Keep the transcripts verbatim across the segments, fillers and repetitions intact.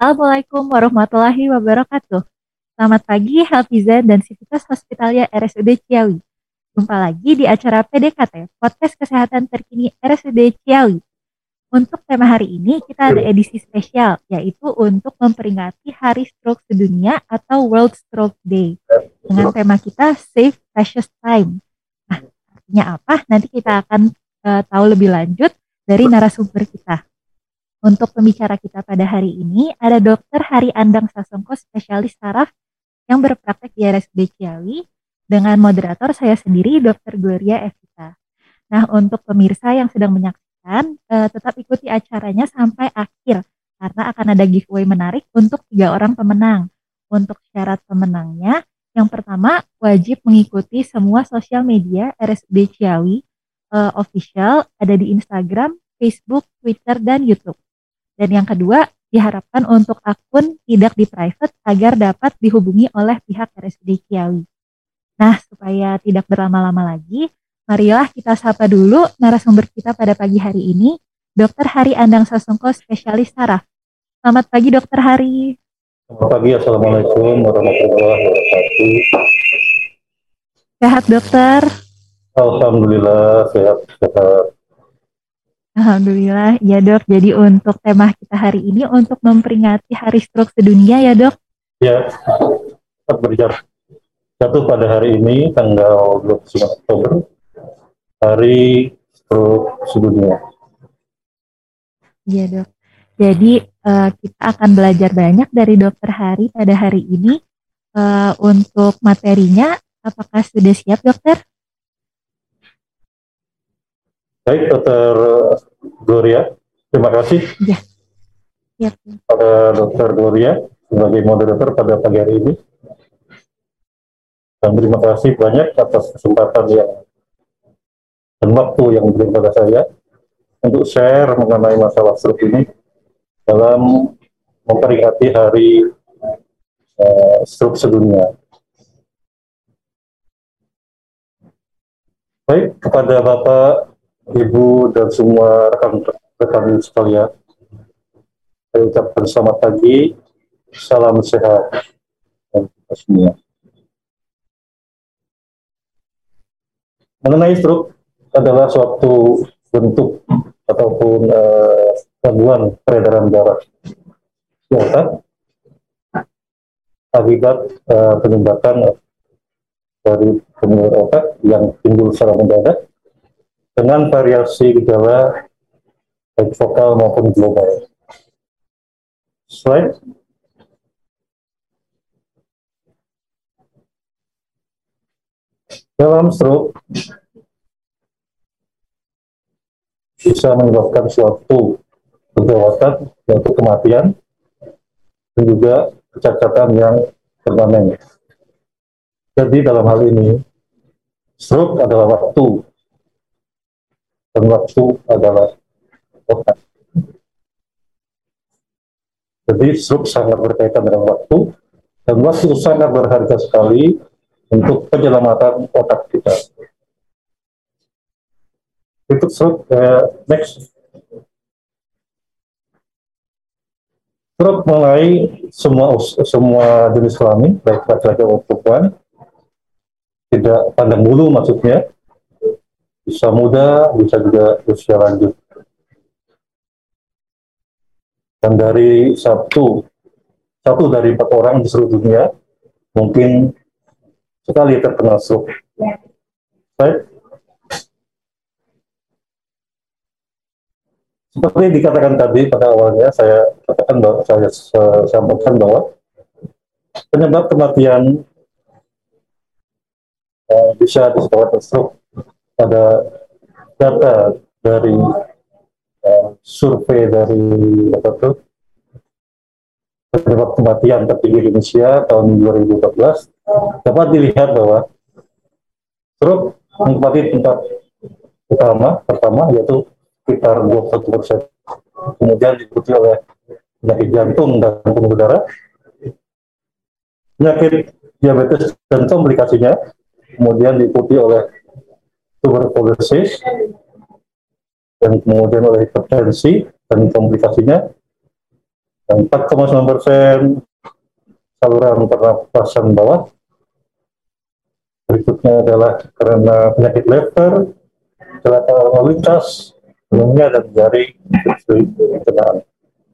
Assalamualaikum warahmatullahi wabarakatuh. Selamat pagi, Healthizen dan Sivitas Hospitalia R S U D Ciawi. Jumpa lagi di acara P D K T, Podcast Kesehatan Terkini R S U D Ciawi. Untuk tema hari ini, kita ada edisi spesial, yaitu untuk memperingati Hari Stroke Sedunia atau World Stroke Day. Dengan tema kita, Save Precious Time. Nah, artinya apa? Nanti kita akan uh, tahu lebih lanjut dari narasumber kita. Untuk pembicara kita pada hari ini ada dokter Hari Andang Sasongko, spesialis saraf yang berpraktek di R S U D Ciawi, dengan moderator saya sendiri, dokter Gloria Evita. Nah, untuk pemirsa yang sedang menyaksikan, eh, tetap ikuti acaranya sampai akhir, karena akan ada giveaway menarik untuk tiga orang pemenang. Untuk syarat pemenangnya, yang pertama wajib mengikuti semua sosial media R S U D Ciawi eh, official, ada di Instagram, Facebook, Twitter, dan YouTube. Dan yang kedua, diharapkan untuk akun tidak di private agar dapat dihubungi oleh pihak R S U D Ciawi. Nah, supaya tidak berlama-lama lagi, marilah kita sapa dulu narasumber kita pada pagi hari ini, dokter Hari Andang Sasongko, spesialis saraf. Selamat pagi, dokter Hari. Selamat pagi, Assalamualaikum warahmatullahi wabarakatuh. Sehat, dokter? Alhamdulillah, sehat, sehat. Alhamdulillah, ya dok. Jadi untuk tema kita hari ini untuk memperingati Hari Stroke Sedunia ya dok? Ya, tetap berjalan. Jatuh pada hari ini, tanggal dua puluh sembilan Oktober, Hari Stroke Sedunia. Iya dok. Jadi uh, kita akan belajar banyak dari dokter Hari pada hari ini. Uh, untuk materinya, apakah sudah siap dokter? Baik, dokter Gloria, terima kasih ya. Ya. pada dokter Gloria sebagai moderator pada pagi hari ini. Dan terima kasih banyak atas kesempatan yang dan waktu yang diberikan pada saya untuk share mengenai masalah stroke ini dalam memperingati Hari uh, Stroke Sedunia. Baik, kepada Bapak, Ibu, dan semua rekan-rekan sekalian, saya ucapkan selamat pagi, salam sehat, dan kita semua. Mengenai stroke adalah suatu bentuk ataupun uh, gangguan peredaran darah di otak akibat uh, penyumbatan dari pembuluh otak yang timbul secara mendadak dengan variasi gejala baik vokal maupun global. Slide. Dalam stroke bisa menyebabkan suatu kegawatan, yaitu kematian, dan juga kecacatan yang permanen. Jadi dalam hal ini, stroke adalah waktu, dan waktu adalah otak. Jadi stroke sangat berkaitan dengan waktu, dan waktu sangat berharga sekali untuk penyelamatan otak kita. Itu stroke, uh, next. Stroke mulai semua semua jenis kelamin, baik laki-laki maupun perempuan, tidak pandang bulu maksudnya, bisa muda, bisa juga usia lanjut. Dan dari satu, satu dari empat orang di seluruh dunia mungkin sekali terkena stroke. Baik. Seperti dikatakan tadi pada awalnya, saya katakan bahwa saya sampaikan bahwa penyebab kematian uh, bisa disebabkan stroke pada data dari uh, survei dari apa tuh penyebab kematian tertinggi di Indonesia tahun dua ribu empat belas dapat dilihat bahwa stroke menempati tempat utama pertama yaitu sekitar dua puluh satu persen, kemudian diikuti oleh penyakit jantung dan pembuluh darah, penyakit diabetes dan komplikasinya, kemudian diikuti oleh tuberkulosis, dan kemudian oleh hipertensi dan komplikasinya, empat koma sembilan persen saluran pernapasan bawah. Berikutnya adalah karena penyakit lever, kecelakaan lalu lintas, umumnya dan jari pencernaan.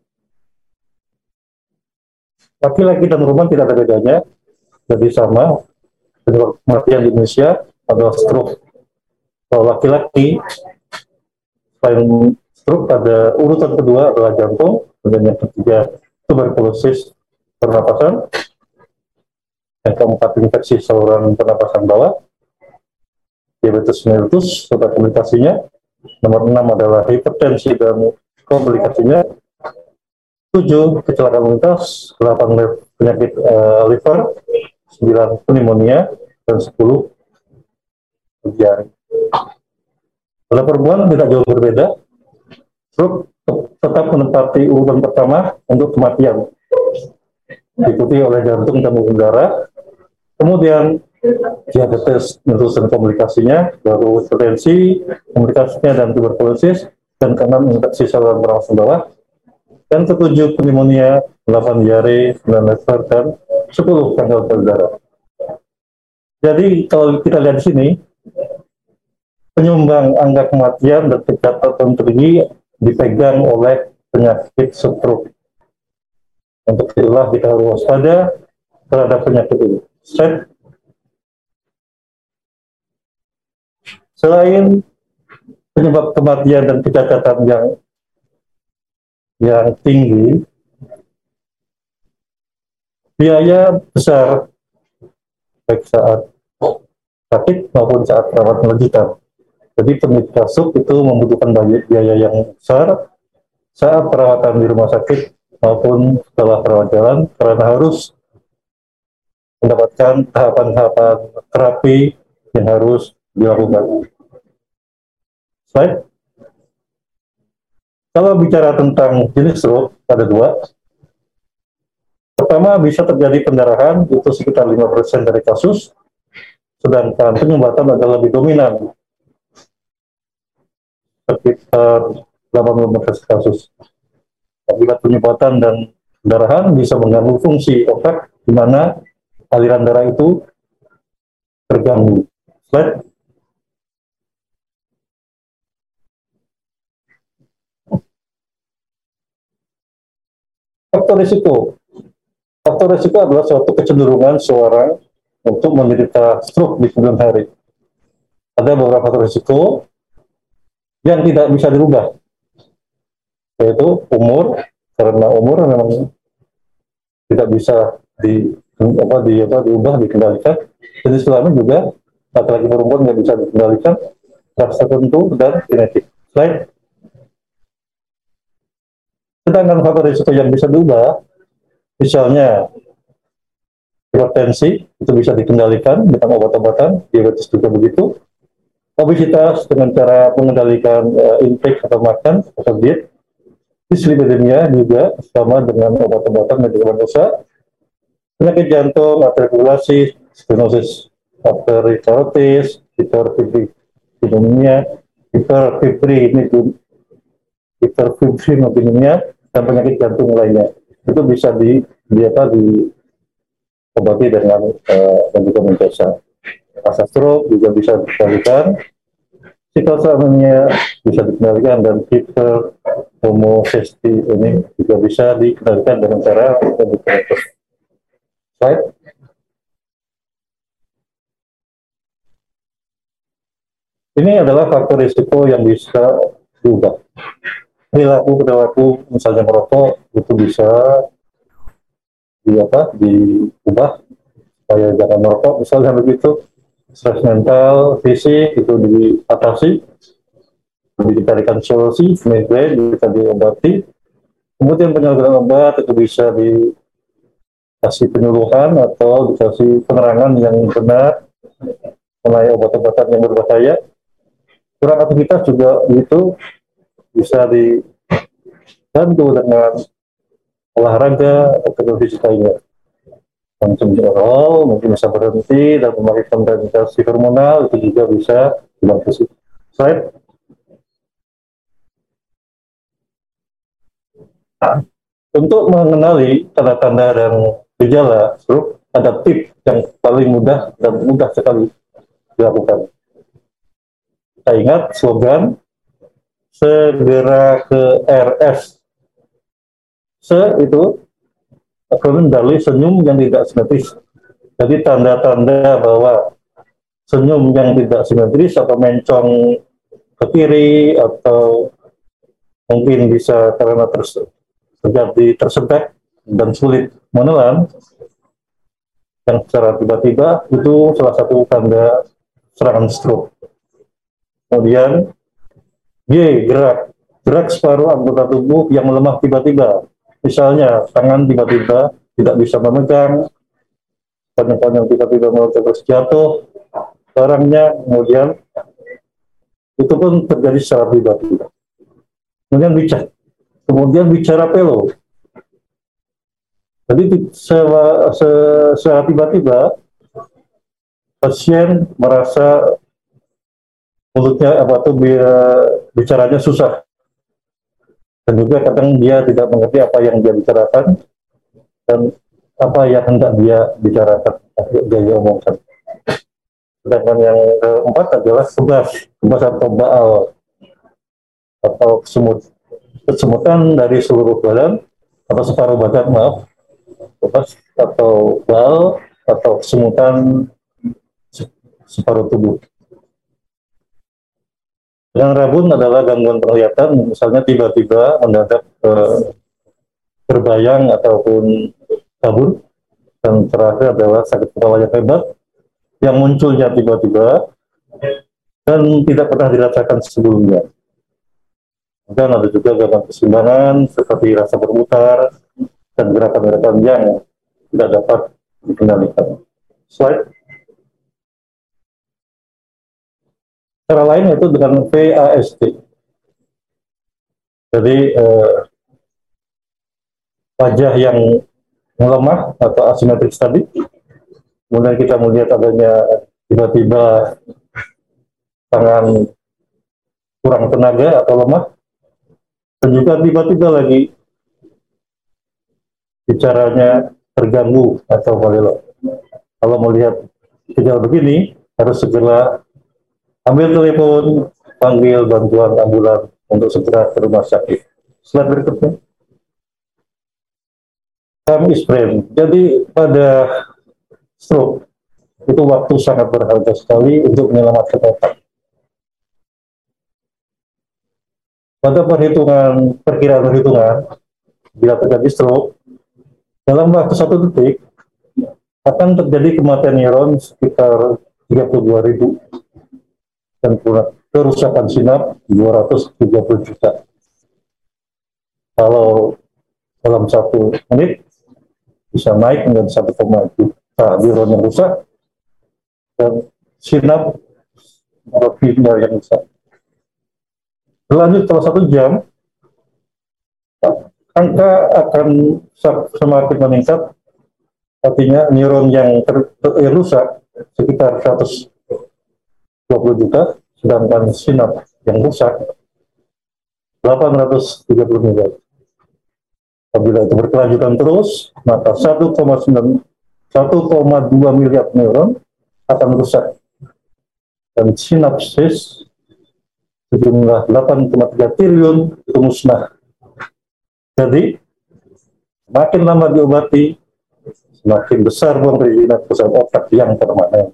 Laki-laki dan perempuan tidak ada bedanya, jadi sama. Penyebab kematian di Indonesia adalah stroke. Kalau laki-laki, selain stroke ada urutan kedua adalah jantung, kemudian yang ketiga tuberkulosis pernapasan, yang keempat infeksi saluran pernapasan bawah, diabetes mellitus serta komplikasinya. Nomor enam adalah hipertensi dan komplikasinya. Tujuh kecelakaan lintas, delapan penyakit uh, liver, sembilan pneumonia, dan sepuluh diare. Pada perempuan tidak jauh berbeda, stroke tetap menempati urutan pertama untuk kematian, diikuti oleh jantung dan pembuluh darah, kemudian diabetes mellitus dan komplikasinya, baru hipertensi, komplikasinya dan tuberkulosis, dan keenam infeksi saluran pernapasan bawah, dan ketujuh pneumonia, delapan diare, sembilan lever, dan sepuluh kanker payudara. Jadi kalau kita lihat di sini, penyumbang angka kematian dan pencatatan tertinggi dipegang oleh penyakit stroke. Untuk itulah kita harus waspada terhadap penyakit ini. Set. Selain penyebab kematian dan pencatatan yang yang tinggi, biaya besar baik saat sakit maupun saat perawatan lanjutan. Jadi penderita stroke itu membutuhkan biaya yang besar saat perawatan di rumah sakit maupun setelah perawat jalan, karena harus mendapatkan tahapan-tahapan terapi yang harus dilakukan. Slide. Kalau bicara tentang jenis stroke, ada dua. Pertama, bisa terjadi pendarahan, itu sekitar lima persen dari kasus, sedangkan penyumbatan adalah lebih dominan, sekitar delapan puluh persen kasus. Akibat penyumbatan dan pendarahan bisa mengganggu fungsi otak, di mana aliran darah itu terganggu. Slide. Faktor risiko. Faktor risiko adalah suatu kecenderungan seorang untuk menderita stroke di kemudian hari. Ada beberapa faktor risiko yang tidak bisa dirubah, yaitu umur, karena umur memang tidak bisa di apa di apa diubah, dikendalikan. Jenis kelamin juga laki-laki perempuan nggak bisa dikendalikan, ras tertentu, dan genetik. Slide. Sedangkan faktor risiko yang bisa diubah, misalnya hipertensi, itu bisa dikendalikan dengan obat-obatan, diabetes juga begitu. Obesitas dengan cara mengendalikan uh, intake atau makan atau diet. Dislipidemia juga sama dengan obat-obatan medikamentosa. Penyakit jantung, atrial stenosis arteriocarotis, hiperfibrinemia, hiperfibrinemia, hiperfibrinemia, dan penyakit jantung lainnya. Itu bisa di, di apa diobati dengan uh, medikamentosa. Rasa stroke juga bisa dikendalikan, psikosomalia bisa dikendalikan, dan hiperhomosesti ini juga bisa dikendalikan dengan cara medikamentosa. Slide. Ini adalah faktor risiko yang bisa diubah. Perilaku perilaku misalnya merokok itu bisa di apa diubah supaya jangan merokok, misalnya begitu. Stres mental, fisik itu diatasi, dicarikan solusi, migrain bisa diobati. Kemudian penyalahgunaan obat itu bisa dikasih penyuluhan atau dikasih penerangan yang benar mengenai obat-obatan yang berbahaya. Kurang aktivitas juga itu bisa dibantu dengan olahraga atau teknologi lainnya. Konsumsi alkohol mungkin bisa berhenti, dan memakai konsentrasi hormonal itu juga bisa dibantu. Slide. Untuk mengenali tanda-tanda dan gejala stroke, ada tips yang paling mudah dan mudah sekali dilakukan. Kita ingat slogan, segera ke R S. Se itu akronim dari senyum yang tidak simetris. Jadi tanda-tanda bahwa senyum yang tidak simetris atau mencong ke kiri atau mungkin bisa karena terjadi tersedak dan sulit menelan yang secara tiba-tiba, itu salah satu tanda serangan stroke. Kemudian G, gerak gerak separuh anggota tubuh yang melemah tiba-tiba, misalnya tangan tiba-tiba tidak bisa memegang, tangan-tangan tiba-tiba mau terus jatuh barangnya, kemudian itu pun terjadi secara tiba-tiba. Kemudian bicara, kemudian bicara pelo. Jadi secara, secara tiba-tiba pasien merasa mulutnya apa tuh bicaranya susah, dan juga kadang dia tidak mengerti apa yang dia bicarakan dan apa yang hendak dia bicarakan, dia omongkan. Sedangkan yang keempat adalah kebas, kebas atau baal atau semut, kesemutan dari seluruh badan atau separuh badan, maaf, kebas atau baal atau kesemutan separuh tubuh. Yang rabun adalah gangguan penglihatan, misalnya tiba-tiba mendadak eh, terbayang ataupun kabur. Dan terakhir adalah sakit kepala yang hebat, yang munculnya tiba-tiba dan tidak pernah dirasakan sebelumnya. Dan ada juga gangguan keseimbangan seperti rasa berputar dan gerakan-gerakan yang tidak dapat dikendalikan. Slide. Cara lain yaitu dengan V A S T. Jadi eh, wajah yang melemah atau asimetris tadi, kemudian kita melihat adanya tiba-tiba tangan kurang tenaga atau lemah, dan juga tiba-tiba lagi bicaranya terganggu atau melelot. Kalau melihat gejala begini, harus segera ambil telepon, panggil bantuan ambulan untuk segera ke rumah sakit. Slide berikutnya. Time is brain. Jadi pada stroke itu waktu sangat berharga sekali untuk menyelamatkan otak. Pada perhitungan, perkiraan perhitungan, bila terjadi stroke, dalam waktu satu detik akan terjadi kematian neuron sekitar tiga puluh dua ribu dan kerusakan sinap dua ratus tiga puluh juta. Kalau dalam satu menit bisa naik menjadi satu koma juta neuron yang rusak dan sinap lebih yang rusak. Berlanjut setelah satu jam, angka akan semakin meningkat, artinya neuron yang ter, ter, rusak sekitar seratus dua puluh juta, sedangkan sinap yang rusak delapan ratus tiga puluh miliar. Apabila itu berkelanjutan terus, maka satu koma dua miliar neuron akan rusak dan sinapsis sejumlah delapan koma tiga triliun itu musnah. Jadi semakin lama diobati, semakin besar ruang perizinan pusat otak yang permanen.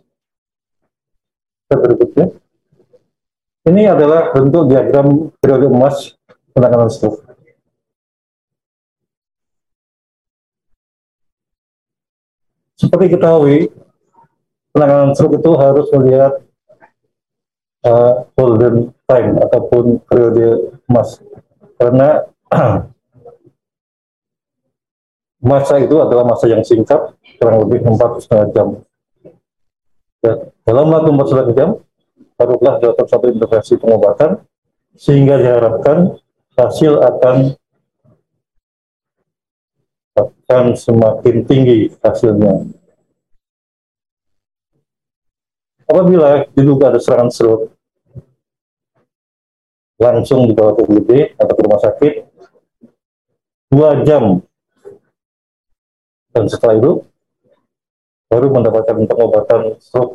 Berikutnya, ini adalah bentuk diagram periode emas penanganan stroke. Seperti ketahui, penanganan stroke itu harus melihat uh, golden time ataupun periode emas, karena masa itu adalah masa yang singkat, kurang lebih empat setengah jam. Dan dalam waktu empat setengah jam, barulah dilakukan satu intervensi pengobatan, sehingga diharapkan hasil akan akan semakin tinggi hasilnya. Apabila diduga ada serangan stroke, langsung dibawa ke U G D atau ke rumah sakit, dua jam, dan setelah itu baru mendapatkan pengobatan stroke.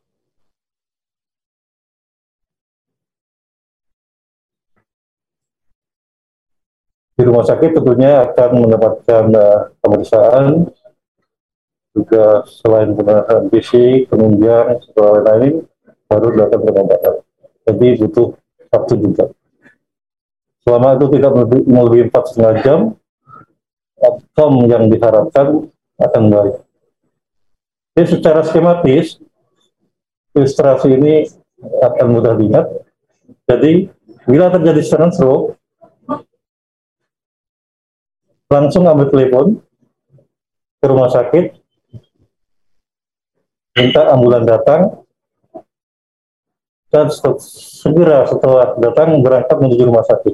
Di rumah sakit tentunya akan mendapatkan uh, pemeriksaan, juga selain pemeriksaan fisik, penunjang, setelah lain-lain, baru dilakukan pengobatan. Jadi butuh waktu juga. Selama itu tidak melebihi empat setengah jam, outcome yang diharapkan akan baik. Jadi secara skematis, ilustrasi ini akan mudah diingat. Jadi bila terjadi serangan stroke, langsung ambil telepon ke rumah sakit, minta ambulan datang, dan segera setelah datang berangkat menuju rumah sakit.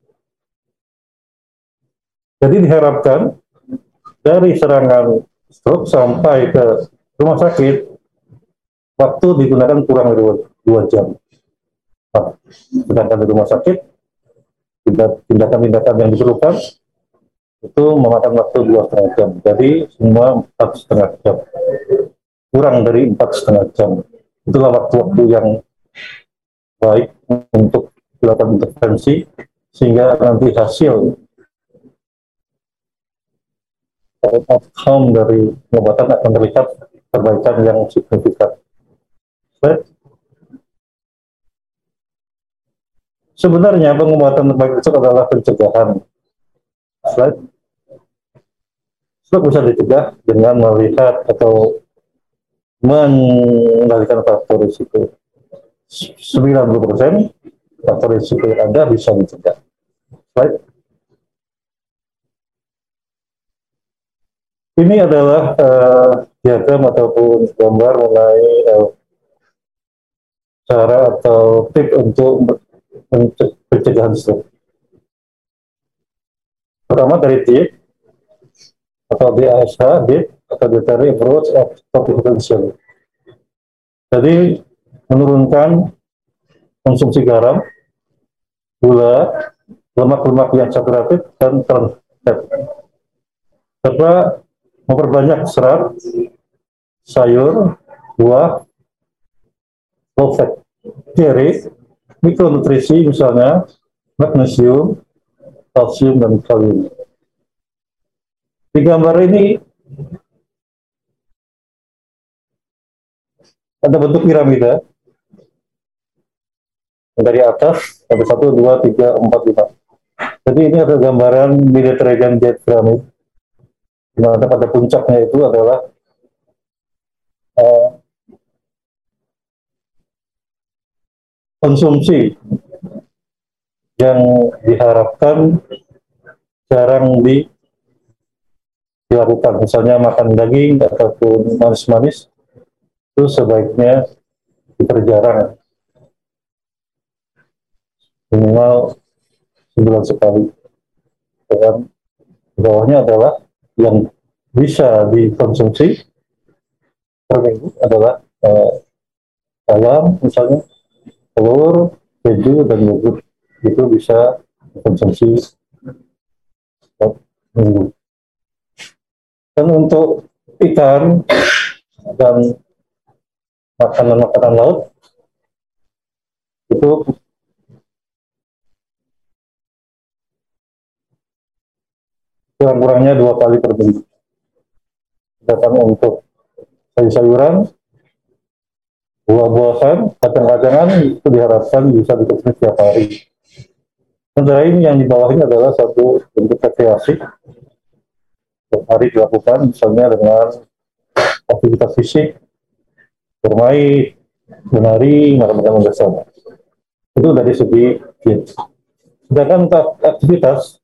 Jadi diharapkan dari serangan stroke sampai ke rumah sakit, waktu digunakan kurang dari dua jam. Nah, sedangkan di rumah sakit, tindakan-tindakan yang diperlukan itu memakan waktu dua setengah jam. Jadi semua empat setengah jam, kurang dari empat setengah jam. Itulah waktu-waktu yang baik untuk dilakukan intervensi, sehingga nanti hasil outcome dari pengobatan akan terlihat perbaikan yang signifikan. Baik. Sebenarnya pengobatan terbaik itu adalah pencegahan. Slide. Stroke bisa dicegah dengan melihat atau mengendalikan faktor risiko. sembilan puluh persen faktor risiko yang ada bisa dicegah. Slide. Ini adalah uh, diagram ataupun gambar mengenai uh, cara atau tip untuk pencegahan stroke. Pertama dari D I P atau D A S H, D I P atau Dietary Approach of Stroke Prevention. Jadi menurunkan konsumsi garam, gula, lemak-lemak yang saturated, dan trans fat. Serta memperbanyak serat, sayur, buah, low fat, dairy, mikronutrisi misalnya magnesium, kalsium, dan kalium. Di gambar ini ada bentuk piramida dari atas ada satu, dua, tiga, empat, lima. Jadi ini ada gambaran Mediterranean Jet Pyramid, di mana pada puncaknya itu adalah uh, konsumsi yang diharapkan jarang di, dilakukan, misalnya makan daging ataupun manis-manis, itu sebaiknya diperjarang, minimal sebulan sekali. Dan bawahnya adalah yang bisa dikonsumsi per minggu adalah eh, ayam misalnya, telur, keju, dan yogurt. Itu bisa dikonsumsi per minggu. Dan untuk ikan dan makanan-makanan laut itu kurang-kurangnya dua kali per minggu. Sedangkan untuk sayur-sayuran, buah-buahan, kacang-kacangan itu diharapkan bisa dikonsumsi setiap hari. Sementara ini yang di bawah ini adalah satu bentuk rekreasi setiap hari dilakukan, misalnya dengan aktivitas fisik, bermain, menari, makan-makan bersama. Itu dari segi diet. Sedangkan untuk aktivitas,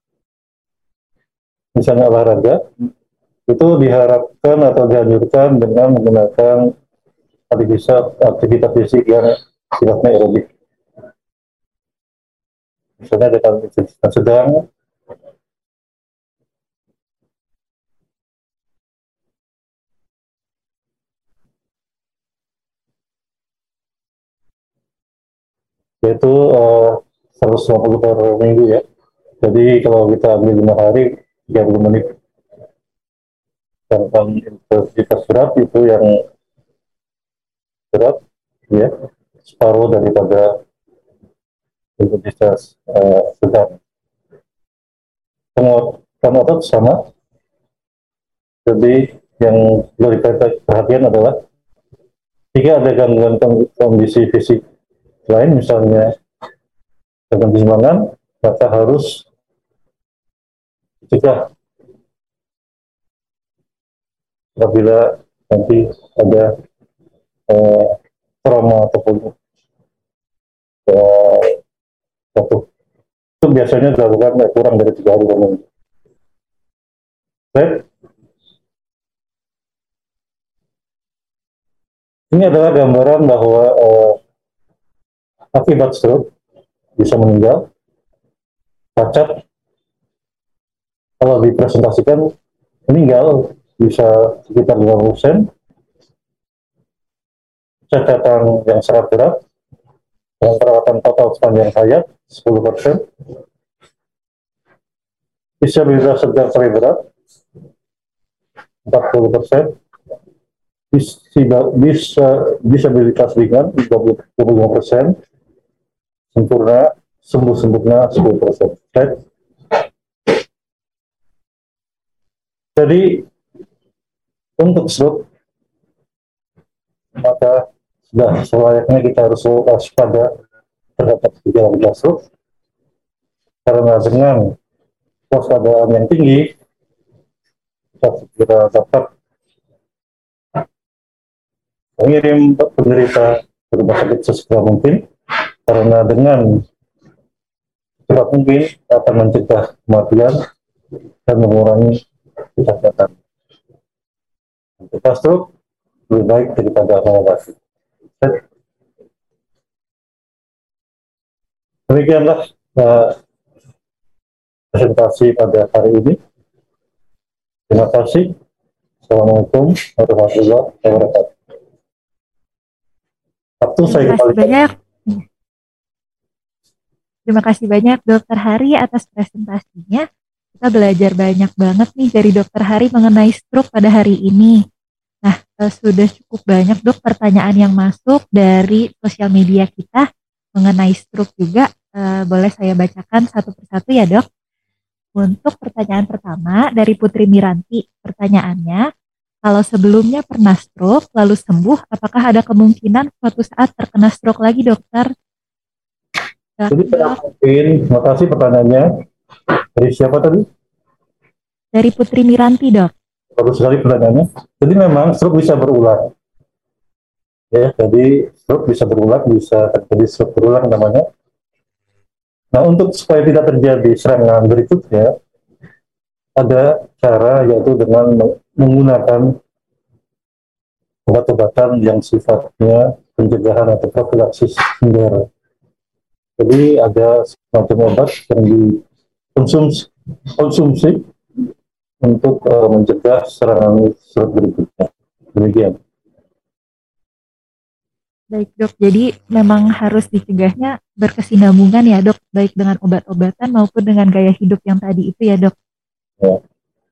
misalnya olahraga, itu diharapkan atau dianjurkan dengan menggunakan aktivitas, aktivitas fisik yang sifatnya aerobik. Misalnya dengan intensitas sedang, yaitu uh, seratus lima puluh per minggu ya. Jadi kalau kita ambil lima hari, tiga puluh menit. Sedangkan intensitas berat itu yang berat, ya, separuh daripada intensitas uh, sedang. Penguatan otot sama. Jadi yang perlu perhatian adalah jika ada gangguan kondisi fisik lain, misalnya gangguan keseimbangan, maka harus dicegah apabila nanti ada eh, trauma ataupun eh, jatuh. Itu biasanya dilakukan eh, kurang dari tiga hari berminggu. Baik. Ini adalah gambaran bahwa eh, akibat stroke bisa meninggal. Cacat kalau dipresentasikan meninggal bisa sekitar lima puluh persen. Cacatan yang sangat berat dengan perawatan total sepanjang hayat sepuluh persen. Disabilitas sedang sampai berat empat puluh persen. Bisa disabilitas ringan dua puluh lima persen. Sempurna sembuh-sembuhnya sepuluh persen. Right? Jadi untuk stroke maka sudah selayaknya kita harus waspada terhadap gejala stroke, karena dengan waspadaan yang tinggi kita segera dapat mengirim penderita ke rumah sakit sesegera mungkin, karena dengan cepat mungkin akan mencegah kematian dan mengurangi kecacatan. Kita stroke lebih baik daripada mengobati. Demikianlah uh, presentasi pada hari ini. Terima kasih. Assalamualaikum warahmatullahi wabarakatuh. Waktu saya Terima kasih banyak. Terima kasih banyak Dokter Hari atas presentasinya. Kita belajar banyak banget nih dari Dokter Hari mengenai stroke pada hari ini. Nah, eh, sudah cukup banyak Dok pertanyaan yang masuk dari sosial media kita mengenai stroke juga. Eh, boleh saya bacakan satu persatu ya Dok? Untuk pertanyaan pertama dari Putri Miranti, pertanyaannya, kalau sebelumnya pernah stroke lalu sembuh, apakah ada kemungkinan suatu saat terkena stroke lagi Dokter? Jadi saya mungkin, terima kasih pertanyaannya. Dari siapa tadi? Dari Putri Miranti Dok. Bagus sekali pertanyaannya. Jadi memang stroke bisa berulang. Ya, jadi stroke bisa berulang, bisa terjadi stroke berulang namanya. Nah, untuk supaya tidak terjadi serangan berikutnya, ada cara yaitu dengan menggunakan obat-obatan yang sifatnya pencegahan atau profilaksis sekunder. Jadi ada semacam obat yang dikonsumsi konsumsi untuk uh, mencegah serangan stroke berikutnya. Demikian. Baik Dok, jadi memang harus dicegahnya berkesinambungan ya Dok, baik dengan obat-obatan maupun dengan gaya hidup yang tadi itu ya Dok. Ya.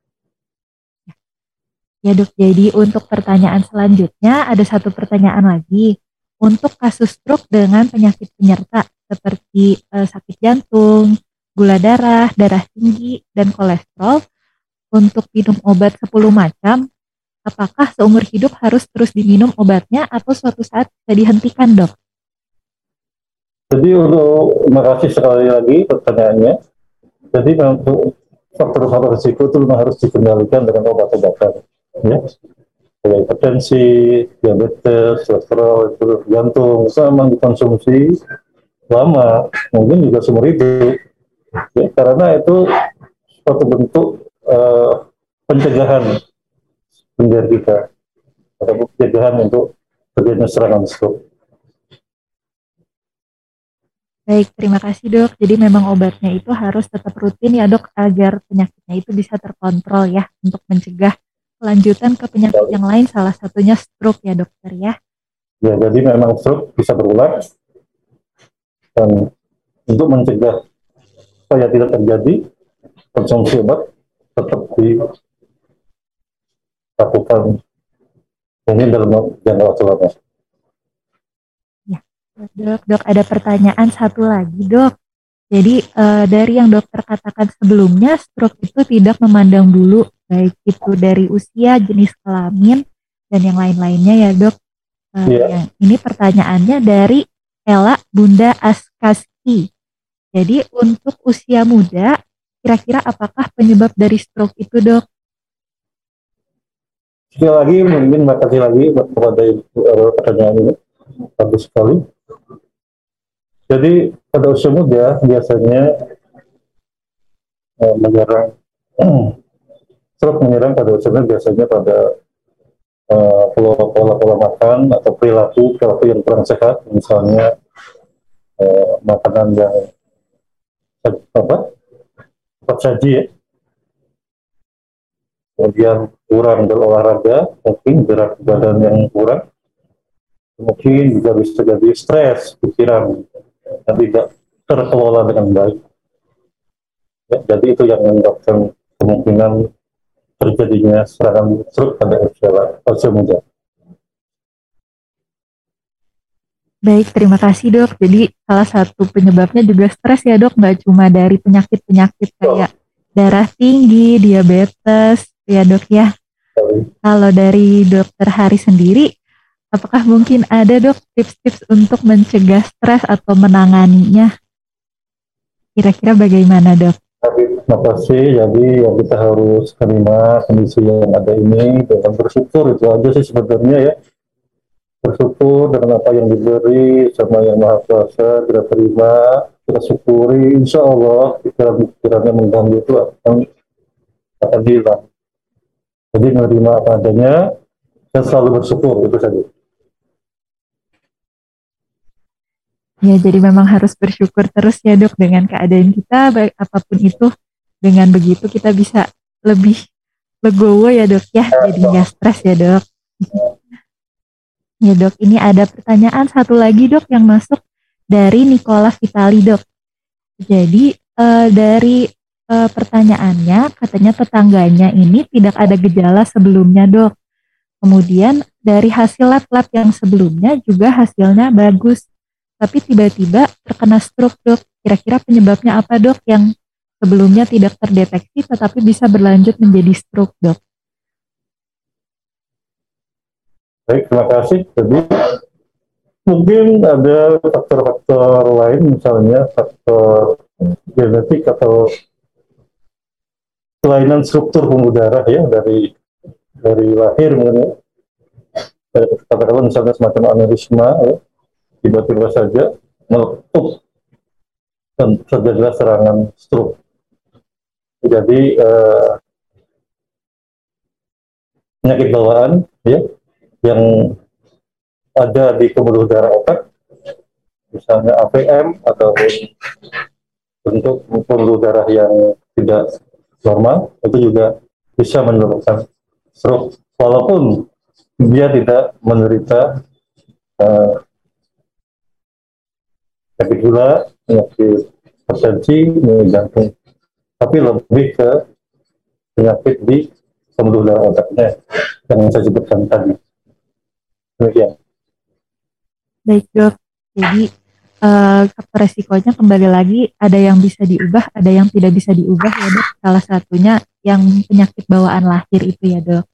Ya Dok, jadi untuk pertanyaan selanjutnya ada satu pertanyaan lagi. Untuk kasus stroke dengan penyakit penyerta seperti eh, sakit jantung, gula darah, darah tinggi, dan kolesterol, untuk minum obat sepuluh macam, apakah seumur hidup harus terus diminum obatnya atau suatu saat bisa dihentikan Dok? Jadi untuk, terima kasih sekali lagi pertanyaannya. Jadi untuk faktor-faktor risiko itu memang harus dikendalikan dengan obat-obatan. Ya. Kayak hipertensi, diabetes, kolesterol, itu jantung, itu memang dikonsumsi lama, mungkin juga seumur hidup. Ya, karena itu suatu bentuk uh, pencegahan penderita kita, atau pencegahan untuk terjadinya serangan stroke. Baik, terima kasih Dok. Jadi memang obatnya itu harus tetap rutin ya Dok, agar penyakitnya itu bisa terkontrol ya, untuk mencegah kelanjutan ke penyakit yang lain, salah satunya stroke ya Dokter ya. Ya, jadi memang stroke bisa berulang, dan untuk mencegah supaya tidak terjadi konsumsi obat tetap dilakukan mungkin dalam jangka waktu lama. Ya, dok, dok ada pertanyaan satu lagi dok. Jadi uh, dari yang dokter katakan sebelumnya, stroke itu tidak memandang bulu, baik itu dari usia, jenis kelamin, dan yang lain-lainnya ya dok. Uh, yeah. Yang ini pertanyaannya dari Ella Bunda Askaski. Jadi untuk usia muda, kira-kira apakah penyebab dari stroke itu dok? Sekali lagi, mungkin makasih lagi kepada uh, pertanyaan ini, bagus sekali. Jadi pada usia muda biasanya uh, menyerang stroke menyerang pada usia muda biasanya pada uh, pola-pola makan atau perilaku perilaku yang kurang sehat, misalnya uh, makanan yang apa cepat saji ya, kemudian kurang berolahraga, mungkin berat badan yang kurang, mungkin juga bisa jadi stres pikiran dan tidak terkelola dengan baik. Ya, jadi itu yang menyebabkan kemungkinan terjadinya serangan stroke pada usia, usia muda. Baik, terima kasih dok. Jadi salah satu penyebabnya juga stres ya dok, nggak cuma dari penyakit-penyakit kayak darah tinggi, diabetes ya dok ya. Oh. Kalau dari dokter Hari sendiri, apakah mungkin ada dok tips-tips untuk mencegah stres atau menanganinya? Kira-kira bagaimana dok? Terima kasih. Jadi yang kita harus terima kondisi yang ada ini dengan bersyukur, itu aja sih sebenarnya ya. Bersyukur dengan apa yang diberi sama yang Maha Kuasa, kita terima, kita syukuri, insya Allah pikiran-pikiran yang mengganggu itu akan akan hilang. Jadi menerima apa adanya dan selalu bersyukur, itu saja. Ya, jadi memang harus bersyukur terus ya dok dengan keadaan kita, baik apapun itu. Dengan begitu kita bisa lebih legowo ya dok ya, jadi nggak stres ya dok. Ya dok, ini ada pertanyaan satu lagi dok yang masuk dari Nicola Vitali dok. Jadi uh, dari uh, pertanyaannya, katanya tetangganya ini tidak ada gejala sebelumnya dok. Kemudian dari hasil lab-lab yang sebelumnya juga hasilnya bagus. Tapi tiba-tiba terkena stroke dok. Kira-kira penyebabnya apa dok yang sebelumnya tidak terdeteksi tetapi bisa berlanjut menjadi stroke dok? Baik, terima kasih. Jadi mungkin ada faktor-faktor lain, misalnya faktor genetik atau kelainan struktur pembuluh darah ya dari dari lahir mungkin ya. Katakanlah misalnya semacam aneurisma ya, tiba-tiba saja meletup dan terjadilah serangan stroke. Jadi eh, penyakit bawaan ya yang ada di pembuluh darah otak, misalnya A V M atau bentuk pembuluh darah yang tidak normal, itu juga bisa menyebabkan stroke walaupun dia tidak menderita uh, penyakit gula, penyakit hipertensi, penyakit jantung, tapi lebih ke penyakit di pembuluh darah otaknya yang saya sebutkan tadi. Demikian. Baik dok, jadi uh, resikonya kembali lagi ada yang bisa diubah, ada yang tidak bisa diubah ya dok. Salah satunya yang penyakit bawaan lahir itu ya dok.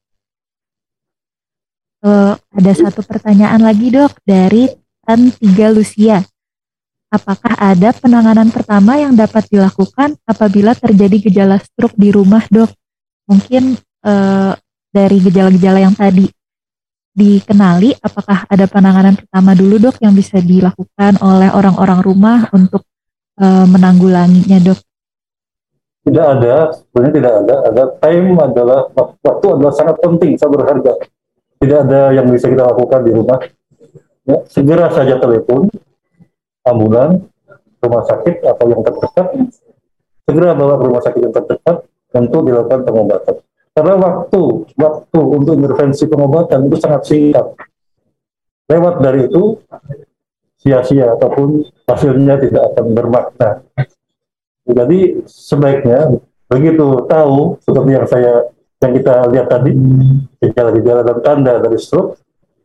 Uh, ada satu pertanyaan lagi dok dari Tan Tiga Lucia. Apakah ada penanganan pertama yang dapat dilakukan apabila terjadi gejala stroke di rumah dok? Mungkin uh, dari gejala-gejala yang tadi dikenali, apakah ada penanganan pertama dulu dok yang bisa dilakukan oleh orang-orang rumah untuk e, menanggulanginya dok? Tidak ada, sebenarnya tidak ada. Ada time adalah waktu adalah sangat penting, sangat berharga. Tidak ada yang bisa kita lakukan di rumah. Ya, segera saja telepon ambulan, rumah sakit atau yang terdekat, segera bawa ke rumah sakit yang terdekat untuk dilakukan pengobatan. Karena waktu waktu untuk intervensi pengobatan itu sangat singkat. Lewat dari itu sia-sia ataupun hasilnya tidak akan bermakna. Jadi sebaiknya begitu tahu seperti yang saya yang kita lihat tadi, gejala-gejala dan tanda dari stroke,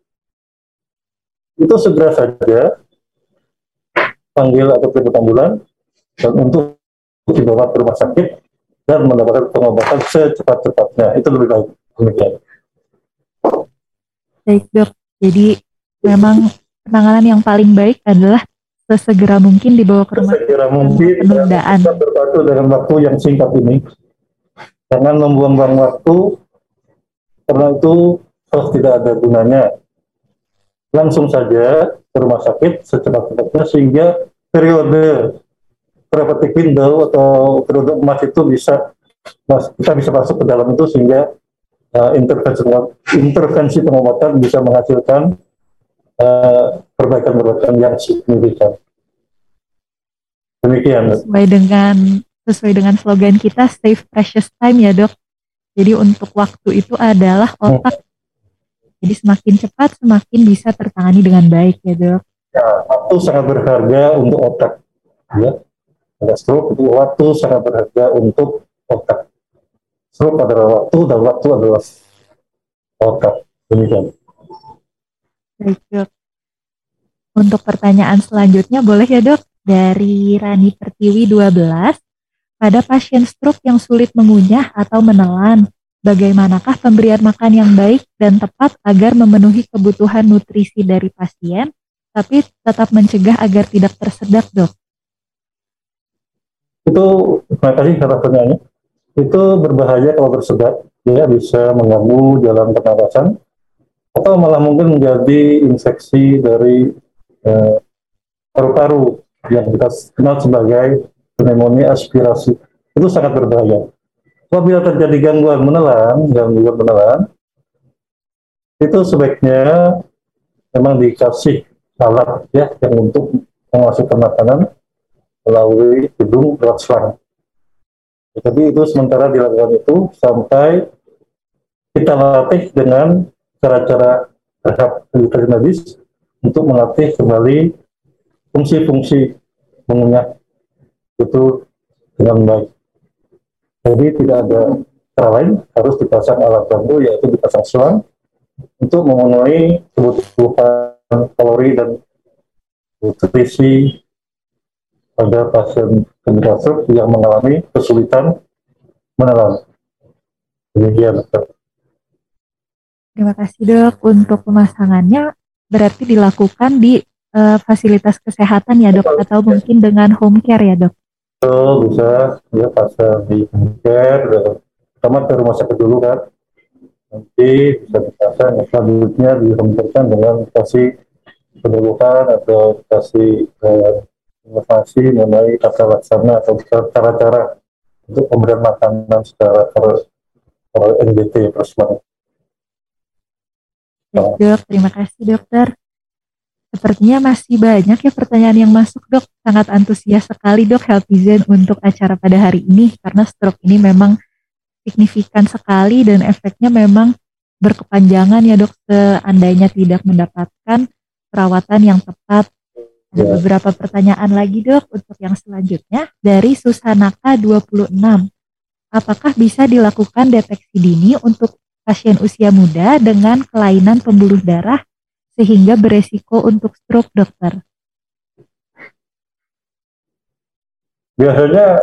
itu segera saja panggil atau jemput ambulan dan untuk dibawa ke rumah sakit dan mendapatkan pengobatan secepat-cepatnya. Itu lebih baik. Demikian. Baik dok, jadi memang penanganan yang paling baik adalah sesegera mungkin dibawa ke rumah sakit. Sesegera mungkin penundaan. Kita berpacu dengan waktu yang singkat ini. Jangan membuang-buang waktu, karena itu oh, tidak ada gunanya. Langsung saja ke rumah sakit secepat-cepatnya sehingga periode therapeutic window atau periode emas itu bisa kita bisa masuk ke dalam itu sehingga uh, intervensi intervensi pengobatan bisa menghasilkan uh, perbaikan-perbaikan yang signifikan. Demikian. Sesuai dengan sesuai dengan slogan kita save precious time ya dok. Jadi untuk waktu itu adalah otak. Hmm. Jadi semakin cepat semakin bisa tertangani dengan baik ya dok. Ya, waktu sangat berharga untuk otak. Ya, ada stroke itu waktu sangat berharga untuk otak. Stroke adalah waktu dan waktu adalah otak. Demikian. Baik dok. Untuk pertanyaan selanjutnya boleh ya dok? Dari Rani Pertiwi dua belas, pada pasien stroke yang sulit mengunyah atau menelan, bagaimanakah pemberian makan yang baik dan tepat agar memenuhi kebutuhan nutrisi dari pasien, tapi tetap mencegah agar tidak tersedak dok? Itu, terima kasih atas pertanyaannya. Itu berbahaya kalau tersedak, dia bisa mengganggu jalan pernapasan, atau malah mungkin menjadi infeksi dari eh, paru-paru yang kita kenal sebagai pneumonia aspirasi. Itu sangat berbahaya. Apabila terjadi gangguan menelan, gangguan menelan, itu sebaiknya memang dikasih alat ya yang untuk memasukkan makanan melalui hidung lewat selang. Jadi itu sementara dilakukan itu sampai kita latih dengan cara-cara rehabilitasi medis untuk melatih kembali fungsi-fungsi mengunyah itu dengan baik. Jadi tidak ada cara lain, harus dipasang alat bantu yaitu dipasang selang untuk memenuhi kebutuhan kalori dan nutrisi pada pasien penderita stroke yang mengalami kesulitan menelan. Demikian. Terima kasih dok. Untuk pemasangannya berarti dilakukan di uh, fasilitas kesehatan ya dok, atau mungkin dengan home care ya dok? So, bisa ya pasang di home care, pertama ke rumah sakit dulu kan, nanti bisa dipasang, selanjutnya di home care kan dengan kasih penyuluhan atau kasih uh, informasi mengenai tata laksana atau cara-cara untuk pemberian makanan secara per, per N B T personal. Baik dok, terima kasih dokter. Sepertinya masih banyak ya pertanyaan yang masuk dok. Sangat antusias sekali dok Healthizen untuk acara pada hari ini karena stroke ini memang signifikan sekali dan efeknya memang berkepanjangan ya dok seandainya tidak mendapatkan perawatan yang tepat. Ada ya. Beberapa pertanyaan lagi dok untuk yang selanjutnya dari Susanaka dua puluh enam. Apakah bisa dilakukan deteksi dini untuk pasien usia muda dengan kelainan pembuluh darah sehingga beresiko untuk stroke dokter? Biasanya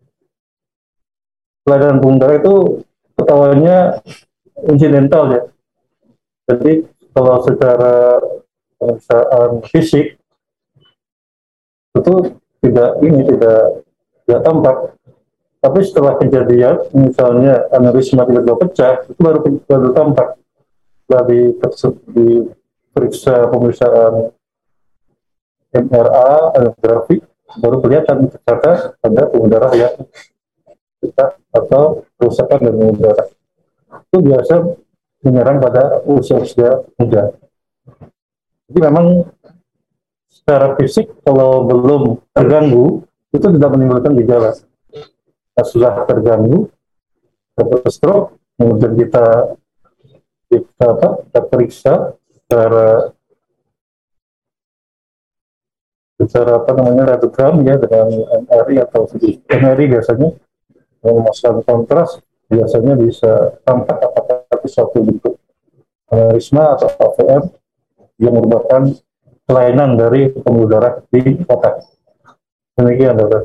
kelainan pembuluh darah itu ketahuannya insidental ya. Jadi kalau secara pemeriksaan fisik itu tidak ini tidak tidak tampak, tapi setelah kejadian misalnya aneurisma tiba-tiba pecah itu baru baru tampak dari diperiksa pemeriksaan M R A angiografik baru kelihatan ternyata ada pembuluh darah yang pecah atau kerusakan dari pembuluh darah. Itu biasa menyerang pada usia-usia muda. Jadi memang secara fisik kalau belum terganggu itu tidak menimbulkan gejala. Nah, sudah terganggu, terus stroke, kemudian kita kita apa? Kita periksa secara secara apa namanya radiogram ya dengan M R I atau M R I biasanya yang memasukkan kontras biasanya bisa tampak apakah itu suatu bentuk aneurisma atau A V M yang merupakan kelainan dari pembuluh darah di otak. Demikian, dokter.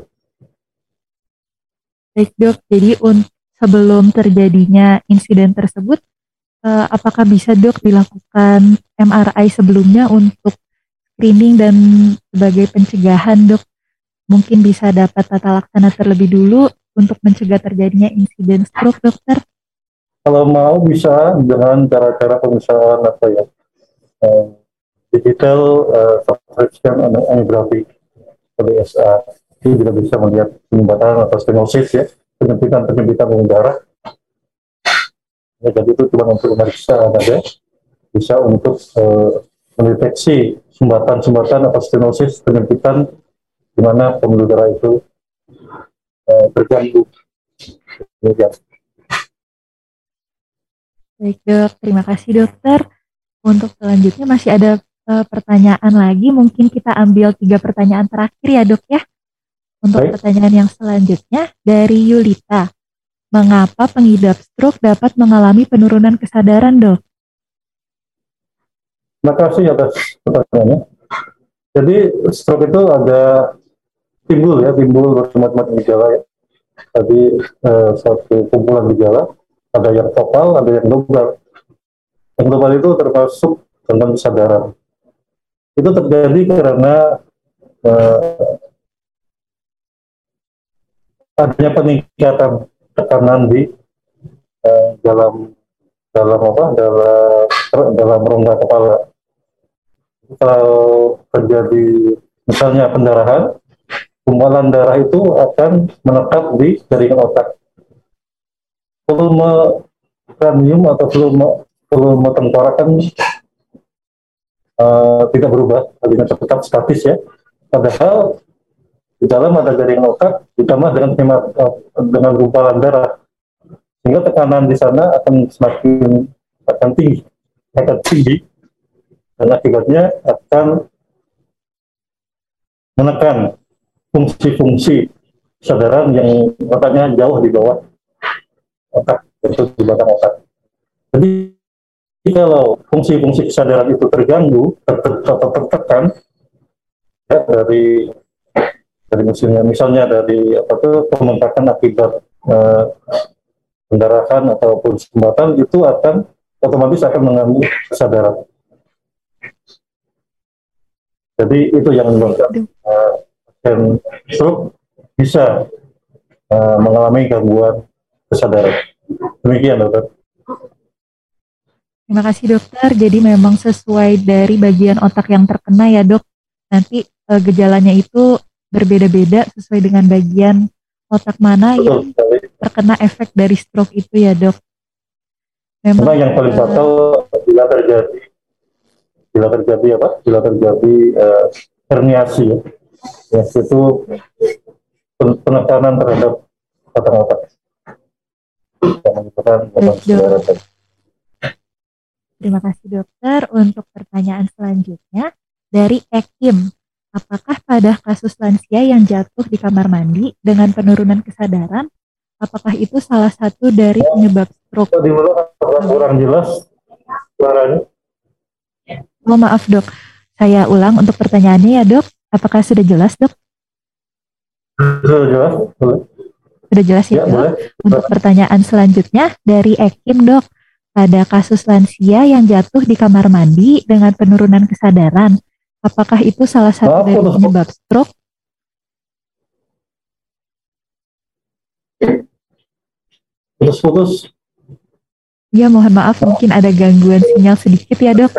Baik dok, jadi un- sebelum terjadinya insiden tersebut, eh, apakah bisa dok dilakukan M R I sebelumnya untuk screening dan sebagai pencegahan dok? Mungkin bisa dapat tata laksana terlebih dulu untuk mencegah terjadinya insiden stroke dokter? Kalau mau bisa dengan cara-cara pemisahan apa ya, eh, digital uh, subscription angiography (D S A). Itu juga bisa melihat penyumbatan atau stenosis ya, penyempitan-penyempitan pembuluh darah. Ya, jadi itu cuma untuk memeriksa saja, bisa untuk uh, mendeteksi sumbatan-sumbatan atau stenosis, penyempitan di mana pembuluh darah itu uh, terganggu. Ya. Baik dok, terima kasih dokter. Untuk selanjutnya masih ada uh, pertanyaan lagi, mungkin kita ambil tiga pertanyaan terakhir ya dok ya. Untuk Baik. pertanyaan yang selanjutnya dari Yulita. Mengapa pengidap stroke dapat mengalami penurunan kesadaran dok? Terima kasih atas pertanyaannya. Jadi stroke itu ada timbul ya, timbul bermacam-macam gejala ya. Tadi eh, satu kumpulan gejala, ada yang vokal, ada yang global. Yang global itu termasuk tentang kesadaran. Itu terjadi karena eh, adanya peningkatan tekanan di eh, dalam dalam apa dalam dalam rongga kepala. Kalau terjadi misalnya pendarahan, gumpalan darah itu akan menetap di jaringan otak. Volume kranium atau volume volume tengkorak kan uh, tidak berubah, artinya tetap statis ya. Padahal di dalam ada jaringan otak ditambah dengan dengan gumpalan darah, sehingga tekanan di sana akan semakin akan tinggi, akan tinggi, dan akibatnya akan menekan fungsi-fungsi kesadaran yang otaknya jauh di bawah otak, itu di belakang otak. Jadi kalau fungsi-fungsi kesadaran itu terganggu atau tertekan ya, dari dari misalnya, misalnya dari apa tuh pembengkakan akibat eh, pendarahan ataupun sumbatan, itu akan otomatis akan mengganggu kesadaran. Jadi itu yang menyebabkan uh, dan stroke bisa uh, mengalami gangguan kesadaran. Demikian dokter. Terima kasih dokter. Jadi memang sesuai dari bagian otak yang terkena ya dok. Nanti uh, gejalanya itu berbeda-beda sesuai dengan bagian otak mana Betul, yang sekali. terkena efek dari stroke itu ya dok. Memang, Memang yang paling fatal uh, bila terjadi bila terjadi apa? Bila terjadi uh, herniasi ya. Ya, itu penekanan terhadap otak-otak. Terima kasih dokter. Untuk pertanyaan selanjutnya dari Ekim. Apakah pada kasus lansia yang jatuh di kamar mandi dengan penurunan kesadaran, apakah itu salah satu dari penyebab stroke? Tadi kurang jelas suaranya. Oh maaf dok, saya ulang untuk pertanyaannya ya dok. Apakah sudah jelas dok? Sudah jelas. Sudah jelas ya, ya dok. Boleh. Untuk pertanyaan selanjutnya dari Ekim dok. Pada kasus lansia yang jatuh di kamar mandi dengan penurunan kesadaran, apakah itu salah satu dari penyebab stroke? Putus-putus. Ya mohon maaf, mungkin ada gangguan sinyal sedikit ya dok.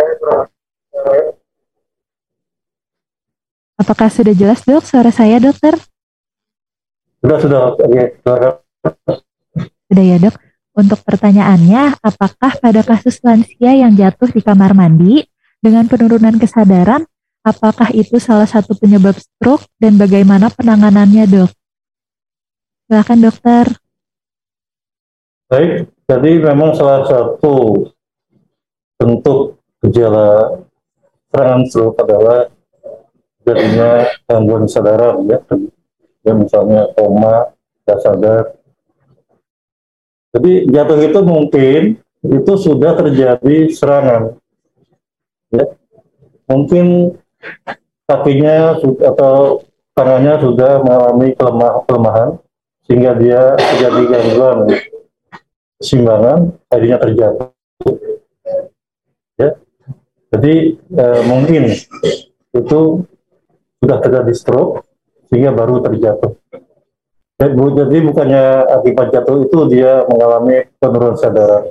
Apakah sudah jelas dok suara saya dokter? Sudah, sudah. Oke, sudah ya dok. Untuk pertanyaannya, apakah pada kasus lansia yang jatuh di kamar mandi dengan penurunan kesadaran, apakah itu salah satu penyebab stroke dan bagaimana penanganannya dok? Silakan dokter. Baik, jadi memang salah satu bentuk gejala serangan stroke adalah jadinya gangguan kesadaran ya, ya misalnya koma, tidak sadar. Jadi jatuh itu mungkin itu sudah terjadi serangan, ya. Mungkin kakinya atau tangannya sudah mengalami kelemah, kelemahan sehingga dia terjadi gangguan keseimbangan, akhirnya terjatuh. Ya, jadi eh, mungkin itu sudah terjadi stroke sehingga baru terjatuh. Jadi bukannya akibat jatuh itu dia mengalami penurunan kesadaran.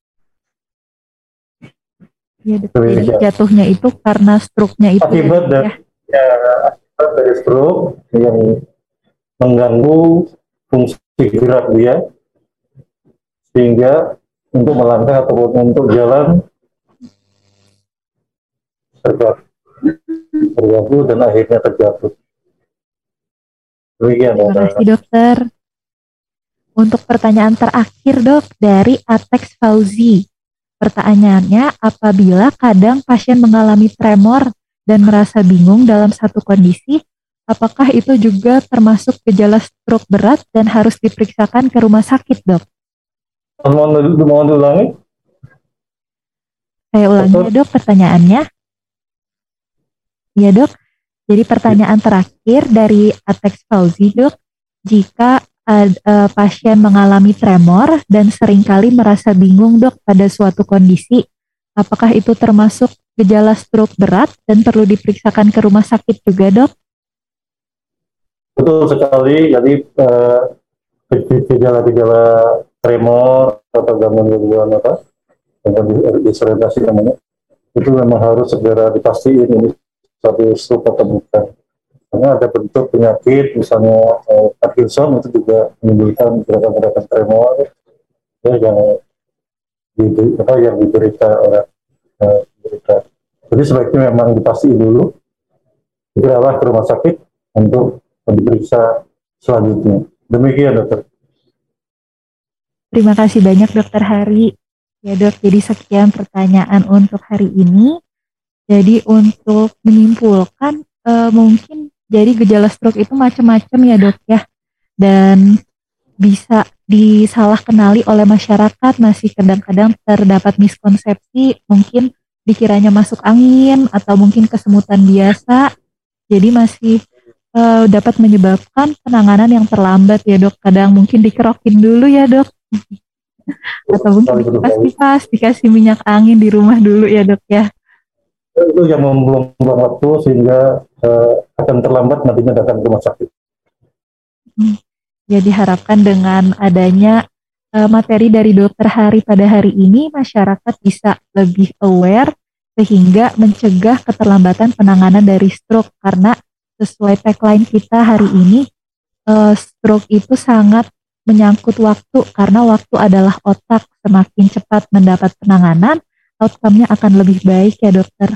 Ya, jadi jatuhnya itu karena stroke-nya itu. Akibat dari, ya. Ya, akibat dari stroke yang mengganggu fungsi gerak dia sehingga untuk melangkah ataupun untuk jalan terganggu dan akhirnya terjatuh. Demikian, terima kasih dokter. Untuk pertanyaan terakhir dok dari Atex Fauzi. Pertanyaannya, apabila kadang pasien mengalami tremor dan merasa bingung dalam satu kondisi, apakah itu juga termasuk gejala stroke berat dan harus diperiksakan ke rumah sakit dok? Mohon mohon diulangi. Saya ulangi ya dok pertanyaannya. Ya dok, jadi pertanyaan terakhir dari Atex Fauzi dok, jika uh, uh, pasien mengalami tremor dan seringkali merasa bingung dok pada suatu kondisi, apakah itu termasuk gejala stroke berat dan perlu diperiksakan ke rumah sakit juga dok? Betul sekali, jadi uh, gejala-gejala tremor atau gangguan-gangguan apa, gangguan disorientasi namanya, itu memang harus segera dipastiin ini satu stroke atau bukan. Karena ada bentuk penyakit, misalnya eh, Parkinson itu juga menimbulkan gerakan-gerakan tremor ya, yang di, apa, yang diderita oleh eh, diderita. Jadi sebaiknya memang dipastiin dulu, segeralah ke rumah sakit untuk diperiksa selanjutnya. Demikian dokter. Terima kasih banyak dokter Hari. Ya dok, jadi sekian pertanyaan untuk hari ini. Jadi untuk menyimpulkan uh, mungkin jadi gejala stroke itu macam-macam ya dok ya, dan bisa disalah kenali oleh masyarakat. Masih kadang-kadang terdapat miskonsepsi, mungkin dikiranya masuk angin atau mungkin kesemutan biasa, jadi masih uh, dapat menyebabkan penanganan yang terlambat ya dok. Kadang mungkin dikerokin dulu ya dok, atau mungkin dikipas-kipas, dikasih minyak angin di rumah dulu ya dok ya. Itu yang membuang-buang waktu sehingga uh, akan terlambat nantinya datang ke rumah sakit. Hmm. Ya diharapkan dengan adanya uh, materi dari dokter Hari pada hari ini, masyarakat bisa lebih aware sehingga mencegah keterlambatan penanganan dari stroke. Karena sesuai tagline kita hari ini, uh, stroke itu sangat menyangkut waktu, karena waktu adalah otak. Semakin cepat mendapat penanganan, outcome-nya akan lebih baik ya dokter.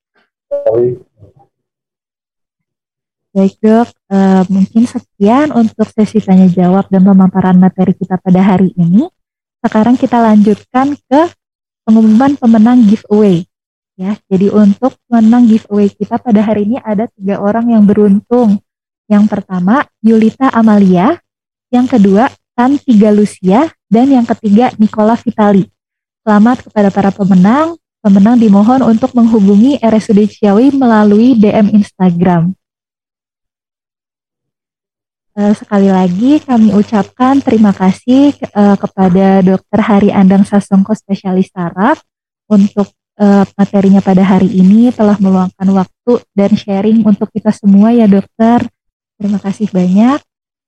Baik dok, uh, mungkin sekian untuk sesi tanya jawab dan pemaparan materi kita pada hari ini. Sekarang kita lanjutkan ke pengumuman pemenang giveaway. Ya, jadi untuk pemenang giveaway kita pada hari ini ada tiga orang yang beruntung. Yang pertama Yulita Amalia, yang kedua Tan Tiga Lucia, dan yang ketiga Nicola Vitali. Selamat kepada para pemenang. Pemenang dimohon untuk menghubungi R S U D Ciawi melalui D M Instagram. Uh, sekali lagi kami ucapkan terima kasih uh, kepada dokter Hari Andang Sasongko, spesialis saraf, untuk uh, materinya pada hari ini, telah meluangkan waktu dan sharing untuk kita semua ya dokter. Terima kasih banyak.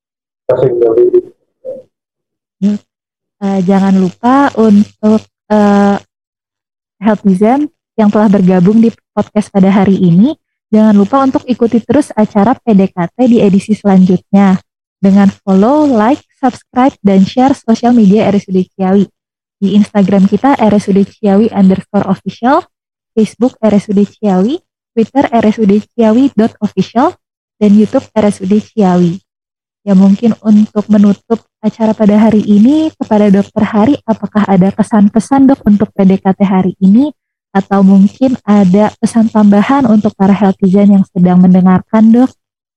Uh, jangan lupa untuk uh, Healthizen yang telah bergabung di podcast pada hari ini, jangan lupa untuk ikuti terus acara P D K T di edisi selanjutnya dengan follow, like, subscribe, dan share sosial media R S U D Ciawi. Di Instagram kita R S U D Ciawi underscore official, Facebook R S U D Ciawi, Twitter R S U D Ciawi dot official, dan YouTube R S U D Ciawi. Ya mungkin untuk menutup acara pada hari ini, kepada dokter Hari, apakah ada pesan-pesan dok untuk P D K T hari ini Atau mungkin ada pesan tambahan untuk para healthizen yang sedang mendengarkan, Dok?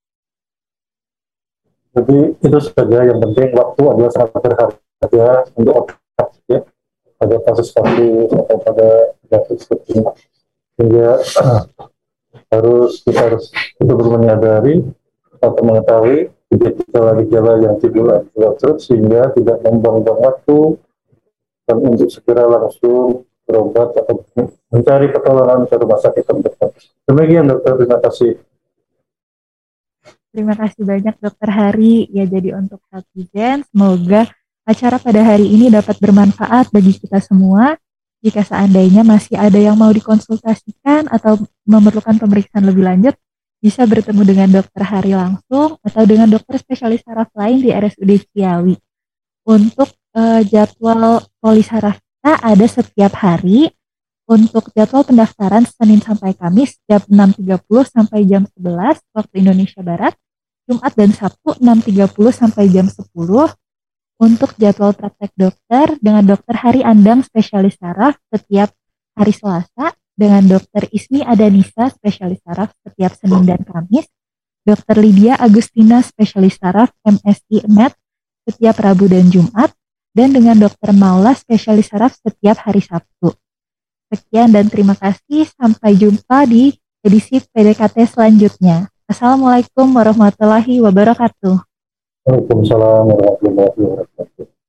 Jadi itu saja, yang penting waktu adalah sangat berharga untuk otak ya, pada kasus-kasus atau pada penyakit seperti ini. Sehingga harus kita harus betul-betul menyadari atau mengetahui gejala-gejala yang timbul terus, sehingga tidak membuang-buang waktu dan untuk segera langsung berobat atau mencari pertolongan ke rumah sakit terdekat. Demikian dokter, terima kasih. Terima kasih banyak Dokter Hari. Ya, jadi untuk Healthizen, semoga acara pada hari ini dapat bermanfaat bagi kita semua. Jika seandainya masih ada yang mau dikonsultasikan atau memerlukan pemeriksaan lebih lanjut, bisa bertemu dengan Dokter Hari langsung atau dengan dokter spesialis saraf lain di R S U D Ciawi. Untuk uh, jadwal polis saraf kita ada setiap hari. Untuk jadwal pendaftaran Senin sampai Kamis jam enam tiga puluh sampai jam sebelas waktu Indonesia Barat, Jumat dan Sabtu enam tiga puluh sampai jam sepuluh. Untuk jadwal praktek dokter dengan Dokter Hari Andang spesialis saraf setiap hari Selasa, dengan Dokter Ismi Adanisa spesialis saraf setiap Senin dan Kamis, Dokter Lydia Agustina spesialis saraf M S I M E D setiap Rabu dan Jumat, dan dengan Dokter Maula spesialis saraf setiap hari Sabtu. Sekian dan terima kasih. Sampai jumpa di edisi P D K T selanjutnya. Assalamualaikum warahmatullahi wabarakatuh. Waalaikumsalam warahmatullahi wabarakatuh.